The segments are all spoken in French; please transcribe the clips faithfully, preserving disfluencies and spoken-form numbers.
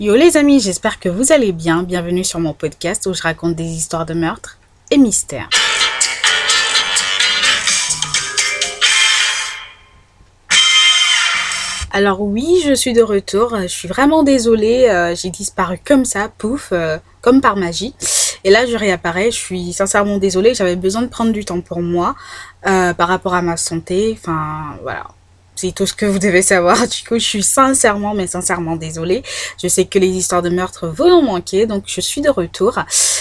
Yo les amis, j'espère que vous allez bien. Bienvenue sur mon podcast où je raconte des histoires de meurtres et mystères. Alors oui, je suis de retour. Je suis vraiment désolée. Euh, j'ai disparu comme ça, pouf, euh, comme par magie. Et là, je réapparais. Je suis sincèrement désolée. J'avais besoin de prendre du temps pour moi euh, par rapport à ma santé. Enfin, voilà. C'est tout ce que vous devez savoir. Du coup, je suis sincèrement, mais sincèrement désolée. Je sais que les histoires de meurtre vont en manquer, donc je suis de retour.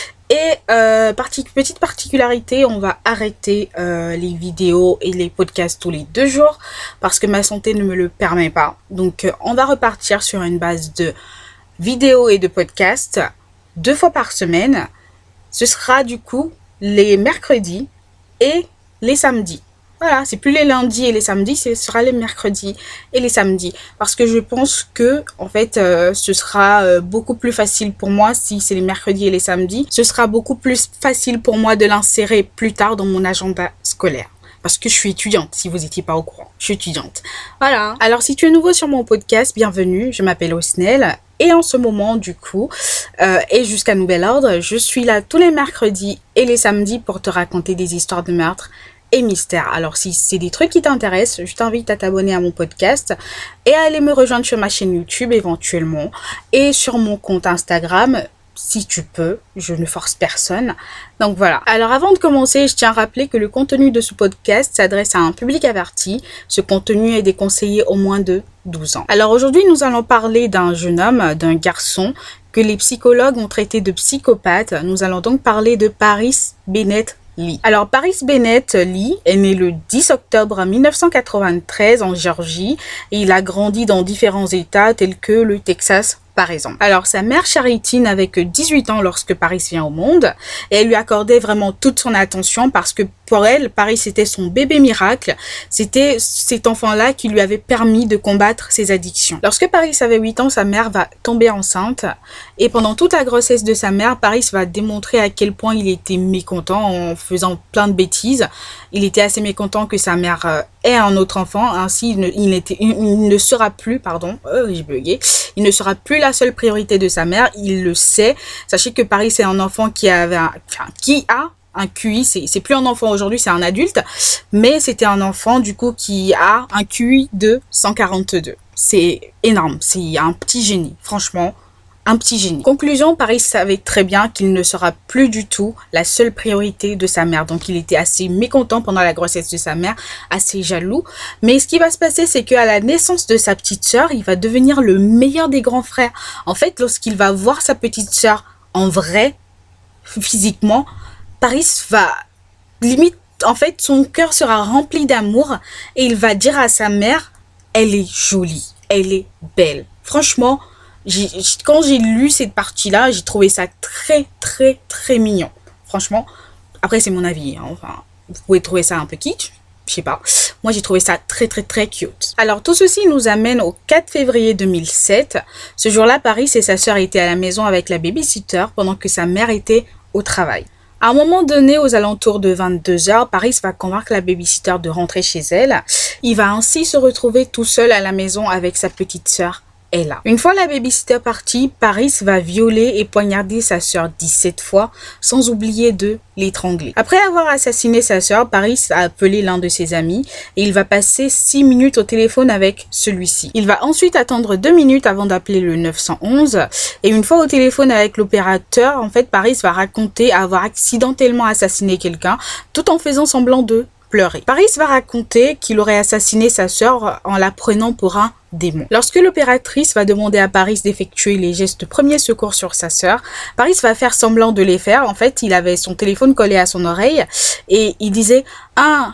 Et euh, parti petite particularité, on va arrêter euh, les vidéos et les podcasts tous les deux jours parce que ma santé ne me le permet pas. Donc, euh, on va repartir sur une base de vidéos et de podcasts deux fois par semaine. Ce sera du coup les mercredis et les samedis. Voilà, c'est plus les lundis et les samedis, ce sera les mercredis et les samedis. Parce que je pense que, en fait, euh, ce sera euh, beaucoup plus facile pour moi si c'est les mercredis et les samedis. Ce sera beaucoup plus facile pour moi de l'insérer plus tard dans mon agenda scolaire. Parce que je suis étudiante, si vous n'étiez pas au courant. Je suis étudiante. Voilà. Alors, si tu es nouveau sur mon podcast, bienvenue. Je m'appelle Osnel. Et en ce moment, du coup, euh, et jusqu'à nouvel ordre, je suis là tous les mercredis et les samedis pour te raconter des histoires de meurtre et mystère. Alors si c'est des trucs qui t'intéressent, je t'invite à t'abonner à mon podcast et à aller me rejoindre sur ma chaîne YouTube éventuellement et sur mon compte Instagram si tu peux, je ne force personne. Donc voilà. Alors avant de commencer, je tiens à rappeler que le contenu de ce podcast s'adresse à un public averti. Ce contenu est déconseillé au moins de douze ans. Alors aujourd'hui, nous allons parler d'un jeune homme, d'un garçon que les psychologues ont traité de psychopathe. Nous allons donc parler de Paris Bennett Lee. Alors Paris Bennett Lee est né le dix octobre mille neuf cent quatre-vingt-treize en Géorgie et il a grandi dans différents états tels que le Texas par exemple. Alors sa mère Charity n'avait que dix-huit ans lorsque Paris vient au monde et elle lui accordait vraiment toute son attention parce que pour elle, Paris était son bébé miracle. C'était cet enfant-là qui lui avait permis de combattre ses addictions. Lorsque Paris avait huit ans, sa mère va tomber enceinte et pendant toute la grossesse de sa mère, Paris va démontrer à quel point il était mécontent en faisant plein de bêtises. Il était assez mécontent que sa mère ait un autre enfant, ainsi il ne, il n'était, il ne sera plus, pardon, oh, j'ai bugué, il ne sera plus la seule priorité de sa mère, il le sait. Sachez que Paris c'est un enfant qui avait, un, enfin, qui a un Q I, c'est, c'est plus un enfant aujourd'hui, c'est un adulte, mais c'était un enfant du coup qui a un Q I de cent quarante-deux. C'est énorme, c'est un petit génie, franchement. Un petit génie. Conclusion, Paris savait très bien qu'il ne sera plus du tout la seule priorité de sa mère. Donc, il était assez mécontent pendant la grossesse de sa mère, assez jaloux. Mais ce qui va se passer, c'est qu'à la naissance de sa petite sœur, il va devenir le meilleur des grands frères. En fait, lorsqu'il va voir sa petite sœur en vrai, physiquement, Paris va limite, en fait, son cœur sera rempli d'amour et il va dire à sa mère, elle est jolie, elle est belle. Franchement, J'ai, quand j'ai lu cette partie-là, j'ai trouvé ça très, très, très mignon. Franchement, après, c'est mon avis. Hein. Enfin, vous pouvez trouver ça un peu kitsch, je sais pas. Moi, j'ai trouvé ça très, très, très cute. Alors, tout ceci nous amène au quatre février deux mille sept. Ce jour-là, Paris et sa sœur étaient à la maison avec la babysitter pendant que sa mère était au travail. À un moment donné, aux alentours de vingt-deux heures, Paris va convaincre la babysitter de rentrer chez elle. Il va ainsi se retrouver tout seul à la maison avec sa petite sœur. Est là. Une fois la babysitter partie, Paris va violer et poignarder sa sœur dix-sept fois, sans oublier de l'étrangler. Après avoir assassiné sa sœur, Paris a appelé l'un de ses amis et il va passer six minutes au téléphone avec celui-ci. Il va ensuite attendre deux minutes avant d'appeler le neuf cent onze et une fois au téléphone avec l'opérateur, en fait, Paris va raconter avoir accidentellement assassiné quelqu'un tout en faisant semblant de pleurer. Paris va raconter qu'il aurait assassiné sa sœur en la prenant pour un démon. Lorsque l'opératrice va demander à Paris d'effectuer les gestes de premier secours sur sa sœur, Paris va faire semblant de les faire. En fait, il avait son téléphone collé à son oreille et il disait un,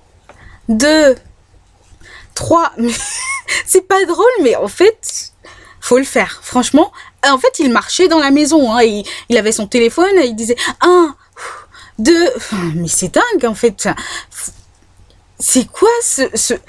deux, trois. C'est pas drôle, mais en fait, faut le faire. Franchement, en fait, il marchait dans la maison. Hein, il, il avait son téléphone et il disait un, deux. Mais c'est dingue, en fait. C'est quoi ce... ce...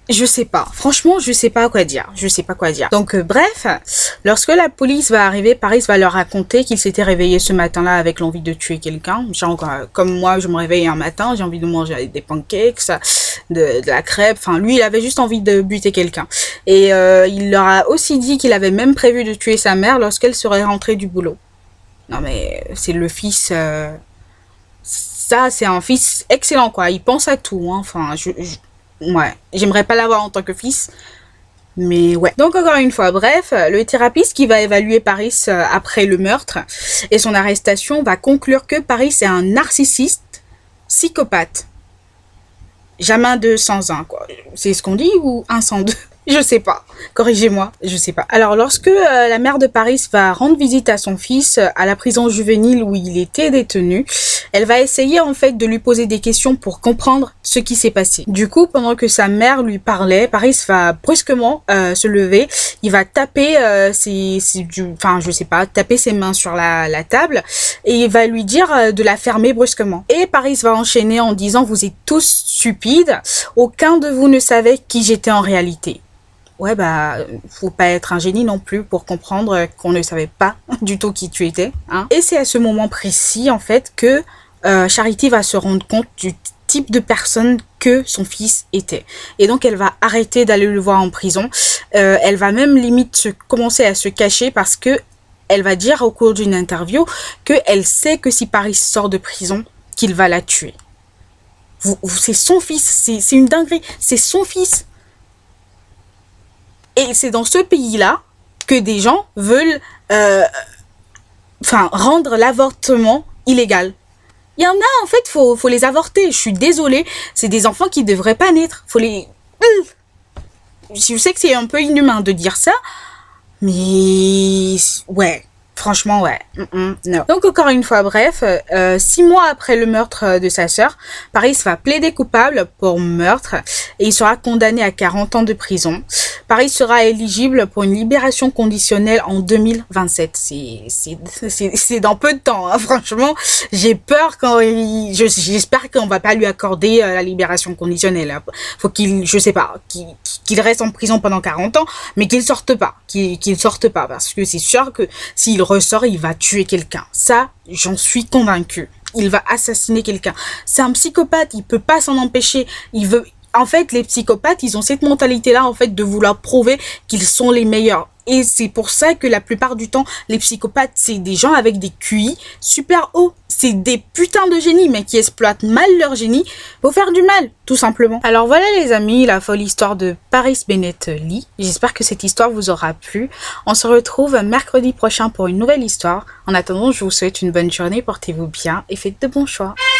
Je sais pas. Franchement, je sais pas quoi dire. Je sais pas quoi dire. Donc, euh, bref, lorsque la police va arriver, Paris va leur raconter qu'il s'était réveillé ce matin-là avec l'envie de tuer quelqu'un. Genre, euh, comme moi, je me réveille un matin, j'ai envie de manger des pancakes, de, de la crêpe. Enfin, lui, il avait juste envie de buter quelqu'un. Et euh, il leur a aussi dit qu'il avait même prévu de tuer sa mère lorsqu'elle serait rentrée du boulot. Non, mais c'est le fils... Euh... Ça, c'est un fils excellent, quoi. Il pense à tout, hein. Enfin, je... je... Ouais, j'aimerais pas l'avoir en tant que fils, mais ouais. Donc encore une fois, bref, le thérapeute qui va évaluer Paris euh, après le meurtre et son arrestation va conclure que Paris est un narcissiste, psychopathe. Jamais un deux sans un, quoi. C'est ce qu'on dit ou un sans deux? Je sais pas. Corrigez-moi, je sais pas. Alors, lorsque euh, la mère de Paris va rendre visite à son fils euh, à la prison juvénile où il était détenu, elle va essayer en fait de lui poser des questions pour comprendre ce qui s'est passé. Du coup, pendant que sa mère lui parlait, Paris va brusquement euh, se lever. Il va taper euh, ses, ses, enfin, je sais pas, taper ses mains sur la, la table et il va lui dire euh, de la fermer brusquement. Et Paris va enchaîner en disant: vous êtes tous stupides. Aucun de vous ne savait qui j'étais en réalité. Ouais, bah, faut pas être un génie non plus pour comprendre qu'on ne savait pas du tout qui tu étais, hein. Et c'est à ce moment précis, en fait, que euh, Charity va se rendre compte du type de personne que son fils était. Et donc, elle va arrêter d'aller le voir en prison. Euh, elle va même limite se, commencer à se cacher parce que elle va dire au cours d'une interview qu'elle sait que si Paris sort de prison, qu'il va la tuer. Vous, vous, c'est son fils, c'est une dinguerie, c'est son fils. Et c'est dans ce pays-là que des gens veulent euh, enfin, rendre l'avortement illégal. Il y en a, en fait, faut, faut les avorter. Je suis désolée, c'est des enfants qui ne devraient pas naître. Faut les... Je sais que c'est un peu inhumain de dire ça, mais... Ouais, franchement, ouais. Mm -mm, non. Donc, encore une fois, bref, euh, six mois après le meurtre de sa sœur, Paris va plaider coupable pour meurtre et il sera condamné à quarante ans de prison. Paris sera éligible pour une libération conditionnelle en deux mille vingt-sept. C'est dans peu de temps, hein, franchement. J'ai peur quand il... J'espère qu'on va pas lui accorder euh, la libération conditionnelle. Faut qu'il, je sais pas, qu'il qu'il reste en prison pendant quarante ans, mais qu'il sorte pas. Qu'il qu'il sorte pas, parce que c'est sûr que s'il ressort, il va tuer quelqu'un. Ça, j'en suis convaincue. Il va assassiner quelqu'un. C'est un psychopathe, il peut pas s'en empêcher. Il veut... En fait, les psychopathes, ils ont cette mentalité-là, en fait, de vouloir prouver qu'ils sont les meilleurs. Et c'est pour ça que la plupart du temps, les psychopathes, c'est des gens avec des Q I super hauts. C'est des putains de génies, mais qui exploitent mal leur génie pour faire du mal, tout simplement. Alors voilà les amis, la folle histoire de Paris Bennett Lee. J'espère que cette histoire vous aura plu. On se retrouve mercredi prochain pour une nouvelle histoire. En attendant, je vous souhaite une bonne journée, portez-vous bien et faites de bons choix.